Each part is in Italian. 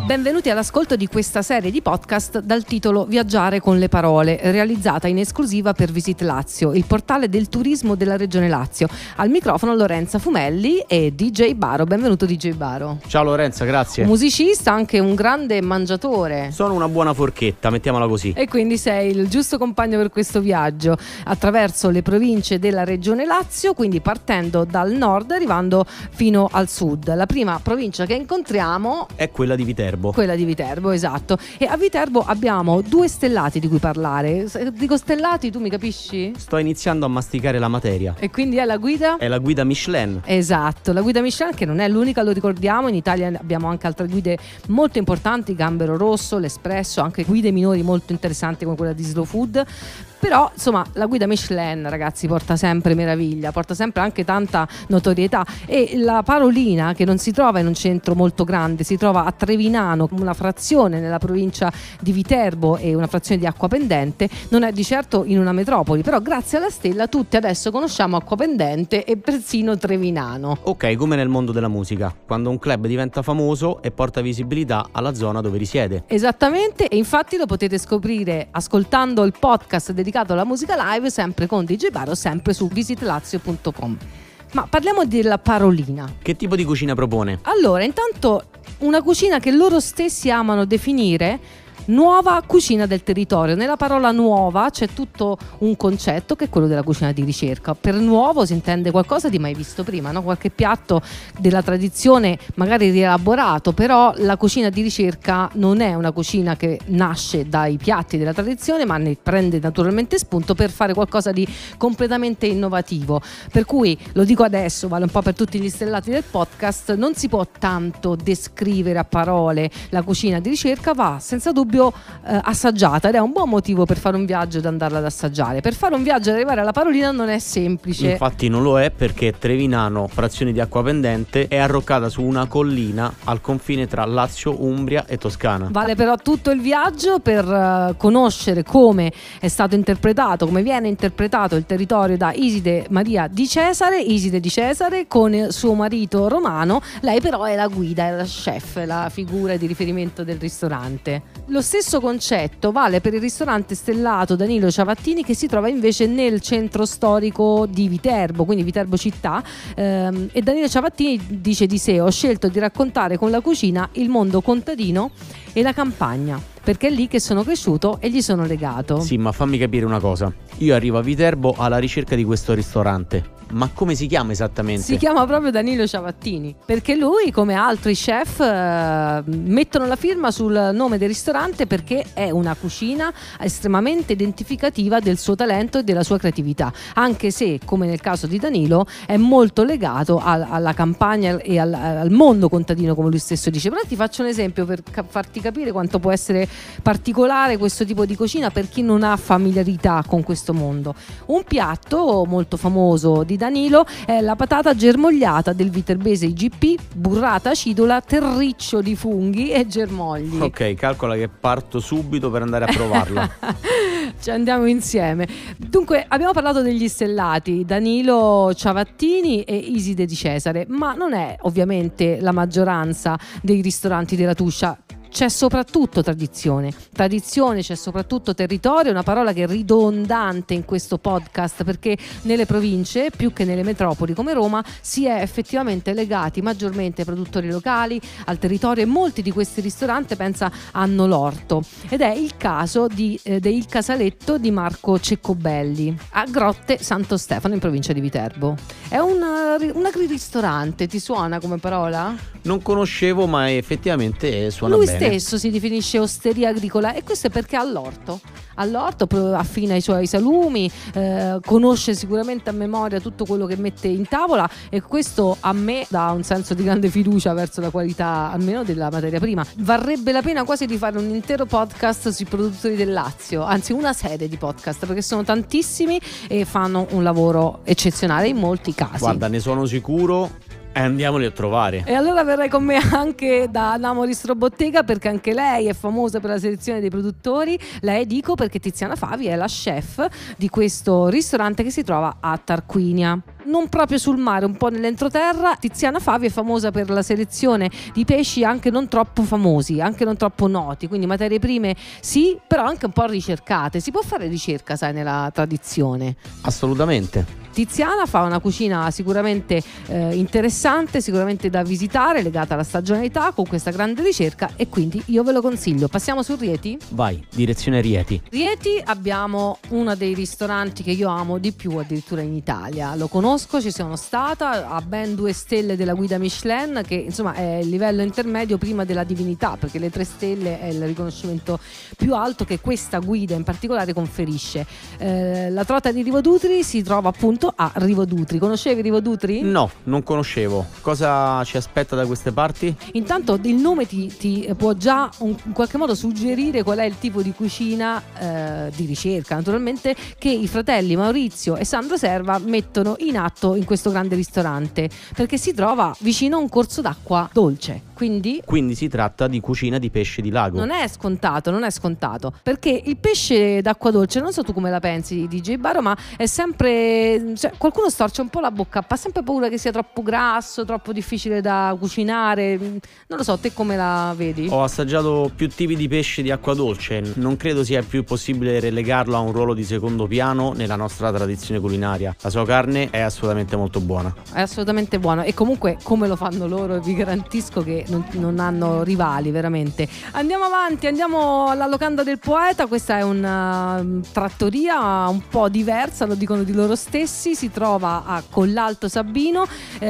Benvenuti all'ascolto di questa serie di podcast dal titolo Viaggiare con le parole, realizzata in esclusiva per Visit Lazio, il portale del turismo della Regione Lazio. Al microfono Lorenza Fumelli e DJ Baro. Benvenuto DJ Baro. Ciao Lorenza, grazie. Musicista, anche un grande mangiatore. Sono una buona forchetta, mettiamola così. E quindi sei il giusto compagno per questo viaggio attraverso le province della Regione Lazio, quindi partendo dal nord arrivando fino al sud. La prima provincia che incontriamo è quella di Viterbo. Quella di Viterbo, esatto. E a Viterbo abbiamo due stellati di cui parlare. Dico stellati, tu mi capisci? Sto iniziando a masticare la materia. E quindi è la guida? È la guida Michelin. Esatto, la guida Michelin, che non è l'unica, lo ricordiamo. In Italia abbiamo anche altre guide molto importanti, Gambero Rosso, l'Espresso, anche guide minori molto interessanti come quella di Slow Food. Però insomma la guida Michelin, ragazzi, porta sempre meraviglia, porta sempre anche tanta notorietà. E la Parolina, che non si trova in un centro molto grande, si trova a Trevinano, una frazione nella provincia di Viterbo e una frazione di Acquapendente, non è di certo in una metropoli, però grazie alla stella tutti adesso conosciamo Acquapendente e persino Trevinano. Ok, come nel mondo della musica, quando un club diventa famoso e porta visibilità alla zona dove risiede. Esattamente, e infatti lo potete scoprire ascoltando il podcast dedicato alla musica live, sempre con DJ Baro, sempre su visitlazio.com. Ma parliamo della Parolina. Che tipo di cucina propone? Allora, intanto una cucina che loro stessi amano definire nuova cucina del territorio. Nella parola nuova c'è tutto un concetto che è quello della cucina di ricerca. Per nuovo si intende qualcosa di mai visto prima, no? Qualche piatto della tradizione magari rielaborato, però la cucina di ricerca non è una cucina che nasce dai piatti della tradizione, ma ne prende naturalmente spunto per fare qualcosa di completamente innovativo. Per cui, lo dico adesso, vale un po' per tutti gli stellati del podcast, non si può tanto descrivere a parole la cucina di ricerca, va senza dubbio assaggiata, ed è un buon motivo per fare un viaggio ed andarla ad assaggiare. Per fare un viaggio ed arrivare alla Parolina non è semplice. Infatti non lo è, perché Trevinano, frazione di Acquapendente, è arroccata su una collina al confine tra Lazio, Umbria e Toscana. Vale però tutto il viaggio per conoscere come è stato interpretato, come viene interpretato il territorio da Iside Maria di Cesare, Iside di Cesare, con suo marito Romano. Lei però è la guida, è la chef, la figura di riferimento del ristorante. Lo stesso concetto vale per il ristorante stellato Danilo Ciavattini, che si trova invece nel centro storico di Viterbo, quindi Viterbo città, e Danilo Ciavattini dice di sé: ho scelto di raccontare con la cucina il mondo contadino e la campagna, perché è lì che sono cresciuto e gli sono legato. Sì, ma fammi capire una cosa. Io arrivo a Viterbo alla ricerca di questo ristorante. Ma come si chiama esattamente? Si chiama proprio Danilo Ciavattini, perché lui, come altri chef, mettono la firma sul nome del ristorante perché è una cucina estremamente identificativa del suo talento e della sua creatività, anche se, come nel caso di Danilo, è molto legato alla campagna e al mondo contadino, come lui stesso dice. Però ti faccio un esempio per farti capire quanto può essere particolare questo tipo di cucina per chi non ha familiarità con questo mondo. Un piatto molto famoso di Danilo è la patata germogliata del viterbese IGP, burrata acidola, terriccio di funghi e germogli. Ok, calcola che parto subito per andare a provarla. Ci andiamo insieme. Dunque, abbiamo parlato degli stellati, Danilo Ciavattini e Iside di Cesare, ma non è ovviamente la maggioranza dei ristoranti della Tuscia. C'è soprattutto tradizione, c'è soprattutto territorio, una parola che è ridondante in questo podcast, perché nelle province, più che nelle metropoli come Roma, si è effettivamente legati maggiormente ai produttori locali, al territorio, e molti di questi ristoranti, pensa, hanno l'orto. Ed è il caso del Casaletto di Marco Ceccobelli a Grotte Santo Stefano, in provincia di Viterbo. È un agriristorante, ti suona come parola? Non conoscevo, ma effettivamente suona Lui bene. stesso si definisce osteria agricola, e questo è perché ha l'orto, affina i suoi salumi, conosce sicuramente a memoria tutto quello che mette in tavola, e questo a me dà un senso di grande fiducia verso la qualità almeno della materia prima. Varrebbe la pena quasi di fare un intero podcast sui produttori del Lazio, anzi una serie di podcast, perché sono tantissimi e fanno un lavoro eccezionale in molti casi. Guarda, ne sono sicuro. Andiamoli a trovare. E allora verrai con me anche da Namo Ristrobottega, perché anche lei è famosa per la selezione dei produttori. Lei, dico, perché Tiziana Favi è la chef di questo ristorante che si trova a Tarquinia. non proprio sul mare, un po' nell'entroterra. Tiziana Favi è famosa per la selezione di pesci anche non troppo famosi, anche non troppo noti, quindi materie prime sì, però anche un po' ricercate. Si può fare ricerca, sai, nella tradizione. Assolutamente. Tiziana fa una cucina sicuramente interessante, sicuramente da visitare, legata alla stagionalità, con questa grande ricerca, e quindi io ve lo consiglio. Passiamo su Rieti? Vai, direzione Rieti. Rieti abbiamo uno dei ristoranti che io amo di più addirittura in Italia. Lo conosco, ci sono stata, ha ben 2 stelle della guida Michelin, che insomma è il livello intermedio prima della divinità, perché le 3 stelle è il riconoscimento più alto che questa guida in particolare conferisce. La trota di Rivodutri si trova appunto a Rivodutri. Conoscevi Rivodutri? No, non conoscevo. Cosa ci aspetta da queste parti? Intanto il nome ti può già in qualche modo suggerire qual è il tipo di cucina di ricerca, naturalmente, che i fratelli Maurizio e Sandro Serva mettono in atto in questo grande ristorante, perché si trova vicino a un corso d'acqua dolce. Quindi si tratta di cucina di pesce di lago. Non è scontato, perché il pesce d'acqua dolce, non so tu come la pensi, DJ Baro, ma è sempre, cioè, qualcuno storce un po' la bocca, ha sempre paura che sia troppo grasso, troppo difficile da cucinare. Non lo so, te come la vedi? Ho assaggiato più tipi di pesce di acqua dolce, non credo sia più possibile relegarlo a un ruolo di secondo piano nella nostra tradizione culinaria. La sua carne è assolutamente molto buona. È assolutamente buono, e comunque come lo fanno loro vi garantisco che non hanno rivali, veramente. Andiamo avanti, andiamo alla locanda del poeta. Questa è una trattoria un po' diversa, lo dicono di loro stessi, si trova a Collalto Sabino.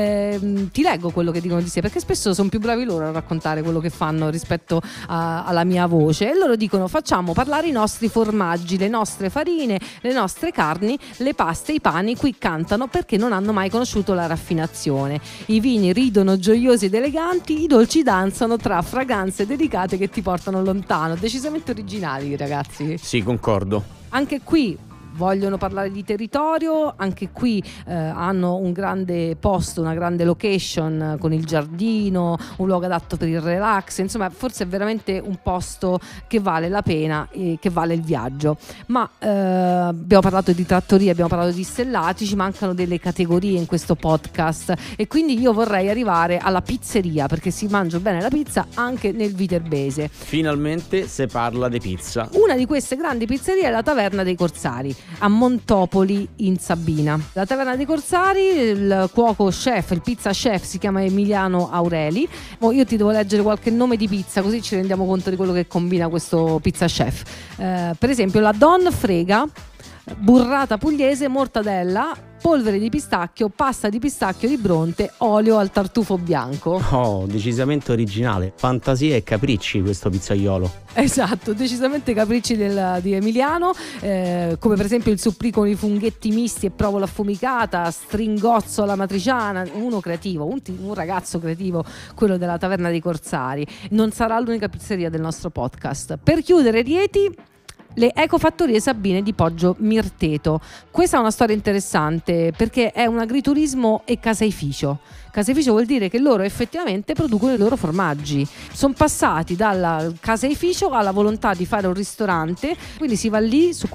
Ti leggo quello che dicono di sé, perché spesso sono più bravi loro a raccontare quello che fanno rispetto alla mia voce. E loro dicono: facciamo parlare i nostri formaggi, le nostre farine, le nostre carni, le paste, i pani qui cantano perché non hanno mai conosciuto la raffinazione. I vini ridono gioiosi ed eleganti, i dolci danzano tra fragranze delicate che ti portano lontano. Decisamente originali, ragazzi. Sì, concordo. Anche qui vogliono parlare di territorio, anche qui hanno un grande posto, una grande location con il giardino, un luogo adatto per il relax, insomma forse è veramente un posto che vale la pena e che vale il viaggio. Ma abbiamo parlato di trattorie, abbiamo parlato di stellati, ci mancano delle categorie in questo podcast, e quindi io vorrei arrivare alla pizzeria, perché si mangia bene la pizza anche nel viterbese. Finalmente si parla di pizza. Una di queste grandi pizzerie è la Taverna dei Corsari a Montopoli in Sabina. La Taverna dei Corsari, il cuoco chef, il pizza chef si chiama Emiliano Aureli. Io ti devo leggere qualche nome di pizza, così ci rendiamo conto di quello che combina questo pizza chef. Per esempio la Don Frega, burrata pugliese, mortadella, polvere di pistacchio, pasta di pistacchio di Bronte, olio al tartufo bianco. Oh, decisamente originale. Fantasia e capricci questo pizzaiolo. Esatto, decisamente capricci di Emiliano, come per esempio il supplì con i funghetti misti e provola affumicata, stringozzo alla matriciana. Uno creativo, un ragazzo creativo, quello della Taverna dei Corsari. Non sarà l'unica pizzeria del nostro podcast. Per chiudere Rieti, le Ecofattorie Sabine di Poggio Mirteto. Questa è una storia interessante perché è un agriturismo e caseificio. Caseificio vuol dire che loro effettivamente producono i loro formaggi. Sono passati dal caseificio alla volontà di fare un ristorante, quindi si va lì su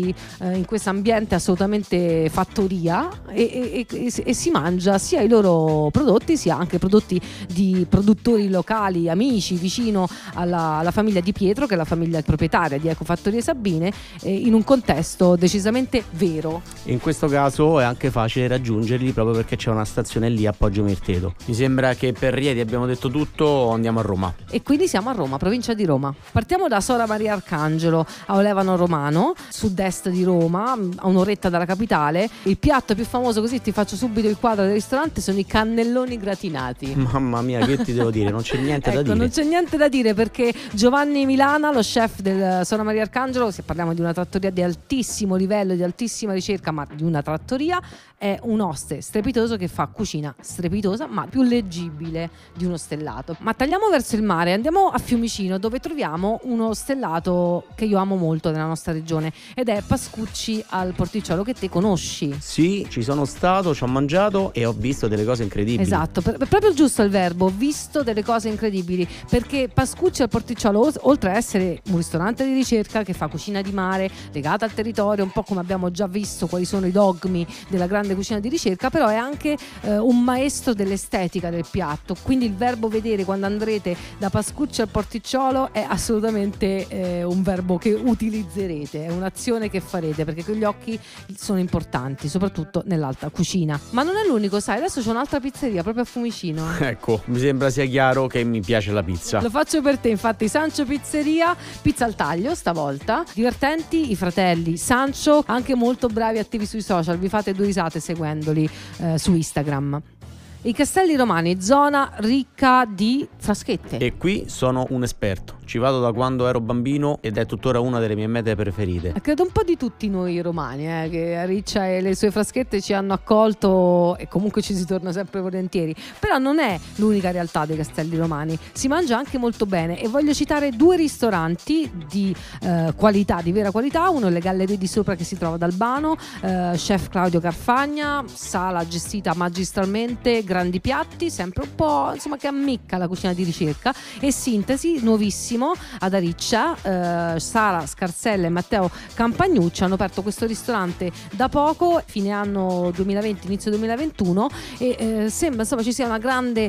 in questo ambiente assolutamente fattoria e si mangia sia i loro prodotti sia anche prodotti di produttori locali, amici, vicino alla famiglia Di Pietro, che è la famiglia proprietaria di Ecofattorie Sabine, in un contesto decisamente vero. In questo caso è anche facile raggiungerli proprio perché c'è una stazione lì a Poggio Mirteto. Mi sembra che per Rieti abbiamo detto tutto, andiamo a Roma. E quindi siamo a Roma, provincia di Roma. Partiamo da Sora Maria Arcangelo, a Olevano Romano, sud-est di Roma, a un'oretta dalla capitale. Il piatto più famoso, così ti faccio subito il quadro del ristorante, sono i cannelloni gratinati. Mamma mia, che ti devo dire? Non c'è niente da dire. Non c'è niente da dire, perché Giovanni Milana, lo chef del Sora Maria Arcangelo, se parliamo di una trattoria di altissimo livello, di altissima ricerca, ma di una trattoria, è un oste strepitoso che fa cucina strepitosa ma più leggibile di uno stellato. Ma tagliamo verso il mare, andiamo a Fiumicino, dove troviamo uno stellato che io amo molto nella nostra regione, ed è Pascucci al Porticciolo, che te conosci. Sì, ci sono stato, ci ho mangiato e ho visto delle cose incredibili. Esatto, proprio giusto il verbo, ho visto delle cose incredibili, perché Pascucci al Porticciolo, oltre a essere un ristorante di ricerca che fa fa cucina di mare legata al territorio, un po' come abbiamo già visto quali sono i dogmi della grande cucina di ricerca, però è anche un maestro dell'estetica del piatto, quindi il verbo vedere quando andrete da Pascucci al Porticciolo è assolutamente un verbo che utilizzerete, è un'azione che farete, perché quegli occhi sono importanti, soprattutto nell'alta cucina. Ma non è l'unico, sai, adesso c'è un'altra pizzeria proprio a Fiumicino. Ecco, mi sembra sia chiaro che mi piace la pizza. Lo faccio per te, infatti, Sancio Pizzeria, pizza al taglio stavolta. Divertenti i fratelli Sancio, anche molto bravi, attivi sui social, vi fate due risate seguendoli su Instagram. I Castelli Romani, zona ricca di fraschette. E qui sono un esperto, ci vado da quando ero bambino ed è tuttora una delle mie mete preferite. Credo un po' di tutti noi romani, che Riccia e le sue fraschette ci hanno accolto e comunque ci si torna sempre volentieri. Però non è l'unica realtà dei Castelli Romani, si mangia anche molto bene e voglio citare due ristoranti di qualità, di vera qualità. Uno è le Gallerie di Sopra, che si trova ad Albano, chef Claudio Carfagna, sala gestita magistralmente, grandi piatti, sempre un po' insomma che ammicca la cucina di ricerca, e Sintesi, nuovissimo ad Ariccia. Sara Scarsella e Matteo Campagnucci hanno aperto questo ristorante da poco, fine anno 2020, inizio 2021, e sembra insomma ci sia una grande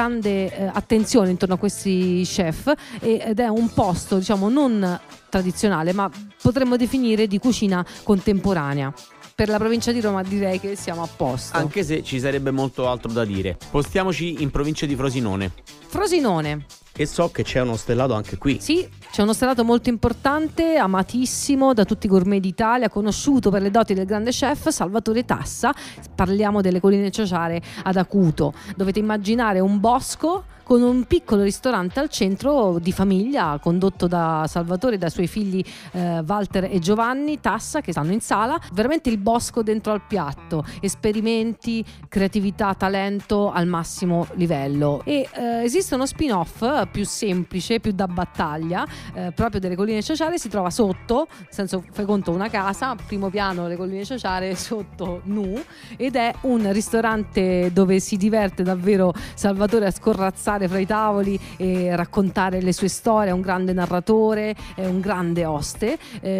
attenzione intorno a questi chef, ed è un posto diciamo non tradizionale, ma potremmo definire di cucina contemporanea. Per la provincia di Roma direi che siamo a posto. Anche se ci sarebbe molto altro da dire. Spostiamoci in provincia di Frosinone. Frosinone. E so che c'è uno stellato anche qui. Sì, c'è uno stellato molto importante, amatissimo da tutti i gourmet d'Italia, conosciuto per le doti del grande chef Salvatore Tassa. Parliamo delle Colline Ciociare ad Acuto. Dovete immaginare un bosco con un piccolo ristorante al centro di famiglia, condotto da Salvatore e dai suoi figli Walter e Giovanni Tassa, che stanno in sala. Veramente il bosco dentro al piatto, esperimenti, creatività, talento al massimo livello. E esiste uno spin-off più semplice, più da battaglia, proprio delle Colline Ciociare. Si trova sotto, nel senso, fai conto, una casa, primo piano le Colline Ciociare, sotto Nu, ed è un ristorante dove si diverte davvero Salvatore a scorrazzare fra i tavoli e raccontare le sue storie. È un grande narratore, è un grande oste,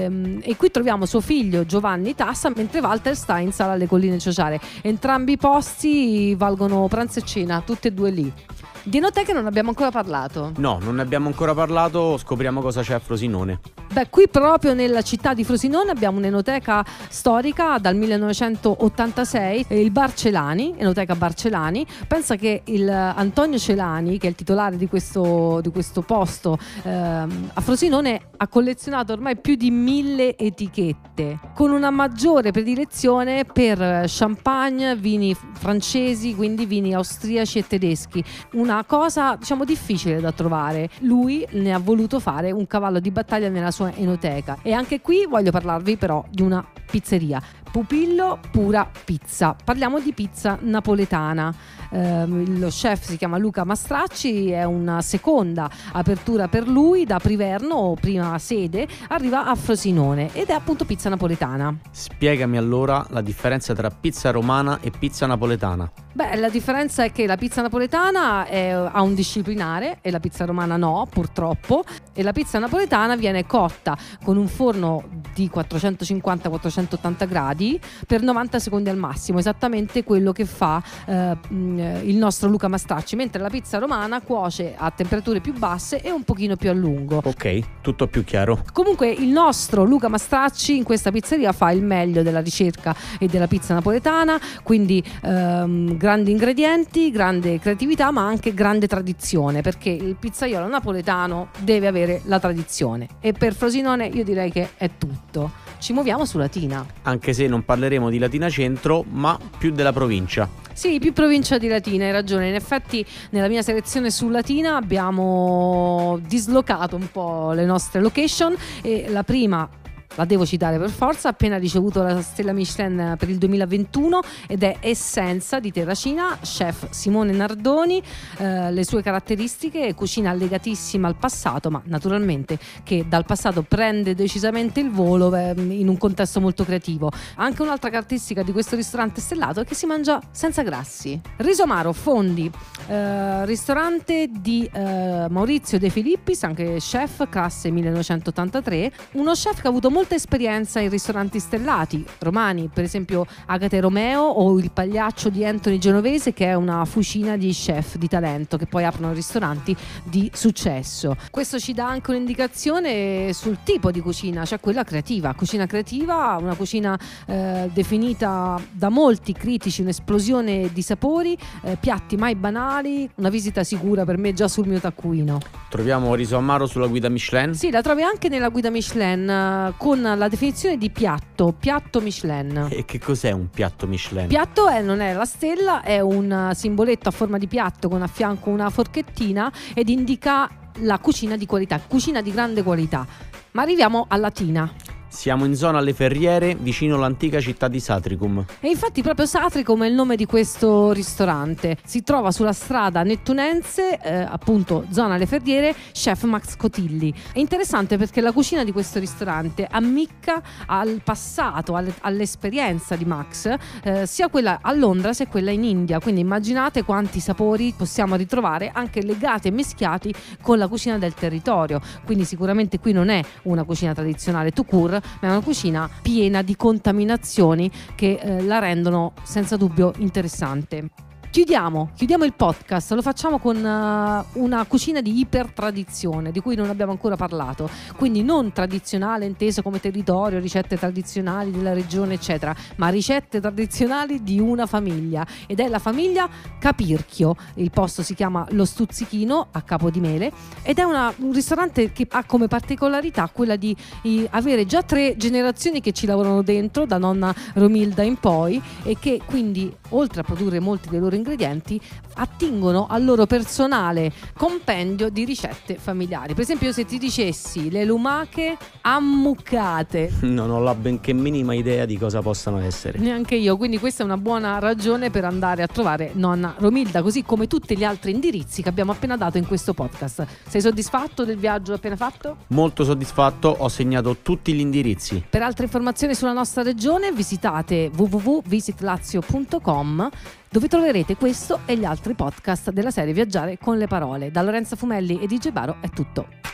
e qui troviamo suo figlio Giovanni Tassa, mentre Walter sta in sala alle Colline Ciociare. Entrambi i posti valgono pranzo e cena, tutti e due lì. Di enoteche non abbiamo ancora parlato. No, non ne abbiamo ancora parlato, scopriamo cosa c'è a Frosinone. Beh, qui proprio nella città di Frosinone abbiamo un'enoteca storica dal 1986, il Bar Celani, enoteca Bar Celani. Pensa che il Antonio Celani, che è il titolare di questo posto a Frosinone, ha collezionato ormai più di 1000 etichette, con una maggiore predilezione per champagne, vini francesi, quindi vini austriaci e tedeschi. Una cosa diciamo difficile da trovare. Lui ne ha voluto fare un cavallo di battaglia nella sua enoteca. E anche qui voglio parlarvi però di una pizzeria, Pupillo Pura Pizza. Parliamo di pizza napoletana. Lo chef si chiama Luca Mastracci, è una seconda apertura per lui da Priverno, prima sede, arriva a Frosinone ed è appunto pizza napoletana. Spiegami allora la differenza tra pizza romana e pizza napoletana. Beh, la differenza è che la pizza napoletana ha un disciplinare e la pizza romana no, purtroppo, e la pizza napoletana viene cotta con un forno di 450-480 gradi per 90 secondi al massimo, esattamente quello che fa il nostro Luca Mastracci, mentre la pizza romana cuoce a temperature più basse e un pochino più a lungo. Ok, tutto più chiaro. Comunque il nostro Luca Mastracci in questa pizzeria fa il meglio della ricerca e della pizza napoletana, quindi grandi ingredienti, grande creatività, ma anche grande tradizione, perché il pizzaiolo napoletano deve avere la tradizione, e per Frosinone io direi che è tutto. Ci muoviamo su Latina. Anche se non parleremo di Latina Centro, ma più della provincia. Sì, più provincia di Latina, hai ragione. In effetti nella mia selezione su Latina abbiamo dislocato un po' le nostre location, e la prima la devo citare per forza, ha appena ricevuto la stella Michelin per il 2021 ed è Essenza di Terracina, chef Simone Nardoni. Le sue caratteristiche: cucina legatissima al passato, ma naturalmente che dal passato prende decisamente il volo in un contesto molto creativo. Anche un'altra caratteristica di questo ristorante stellato è che si mangia senza grassi. Riso amaro Fondi, ristorante di Maurizio De Filippis, anche chef, classe 1983, uno chef che ha avuto molta esperienza in ristoranti stellati romani, per esempio Agate Romeo o il Pagliaccio di Anthony Genovese, che è una fucina di chef di talento che poi aprono ristoranti di successo. Questo ci dà anche un'indicazione sul tipo di cucina, cioè quella creativa. Cucina creativa, una cucina definita da molti critici un'esplosione di sapori, piatti mai banali, una visita sicura per me già sul mio taccuino. Troviamo riso amaro sulla guida Michelin? Sì, la trovi anche nella guida Michelin, con la definizione di piatto Michelin. E che cos'è un piatto Michelin? Piatto non è la stella, è un simboletto a forma di piatto con a fianco una forchettina ed indica la cucina di qualità, cucina di grande qualità. Ma arriviamo a Latina. Siamo in zona alle Ferriere, vicino all'antica città di Satricum. E infatti proprio Satricum è il nome di questo ristorante. Si trova sulla strada nettunense, appunto zona alle Ferriere, chef Max Cotilli. È interessante perché la cucina di questo ristorante ammicca al passato, all'esperienza di Max, sia quella a Londra sia quella in India. Quindi immaginate quanti sapori possiamo ritrovare anche legati e mischiati con la cucina del territorio. Quindi sicuramente qui non è una cucina tradizionale tout court, ma è una cucina piena di contaminazioni che la rendono senza dubbio interessante. Chiudiamo il podcast, lo facciamo con una cucina di ipertradizione di cui non abbiamo ancora parlato, quindi non tradizionale inteso come territorio, ricette tradizionali della regione eccetera, ma ricette tradizionali di una famiglia, ed è la famiglia Capirchio. Il posto si chiama Lo Stuzzichino a Capodimele ed è un ristorante che ha come particolarità quella di avere già 3 generazioni che ci lavorano dentro, da nonna Romilda in poi, e che quindi oltre a produrre molti dei loro ingredienti attingono al loro personale compendio di ricette familiari. Per esempio, se ti dicessi le lumache ammuccate, non ho la benché minima idea di cosa possano essere. Neanche io, quindi questa è una buona ragione per andare a trovare nonna Romilda, così come tutti gli altri indirizzi che abbiamo appena dato in questo podcast. Sei soddisfatto del viaggio appena fatto? Molto soddisfatto, ho segnato tutti gli indirizzi. Per altre informazioni sulla nostra regione visitate www.visitlazio.com, dove troverete questo e gli altri podcast della serie Viaggiare con le parole. Da Lorenza Fumelli e DJ Baro è tutto.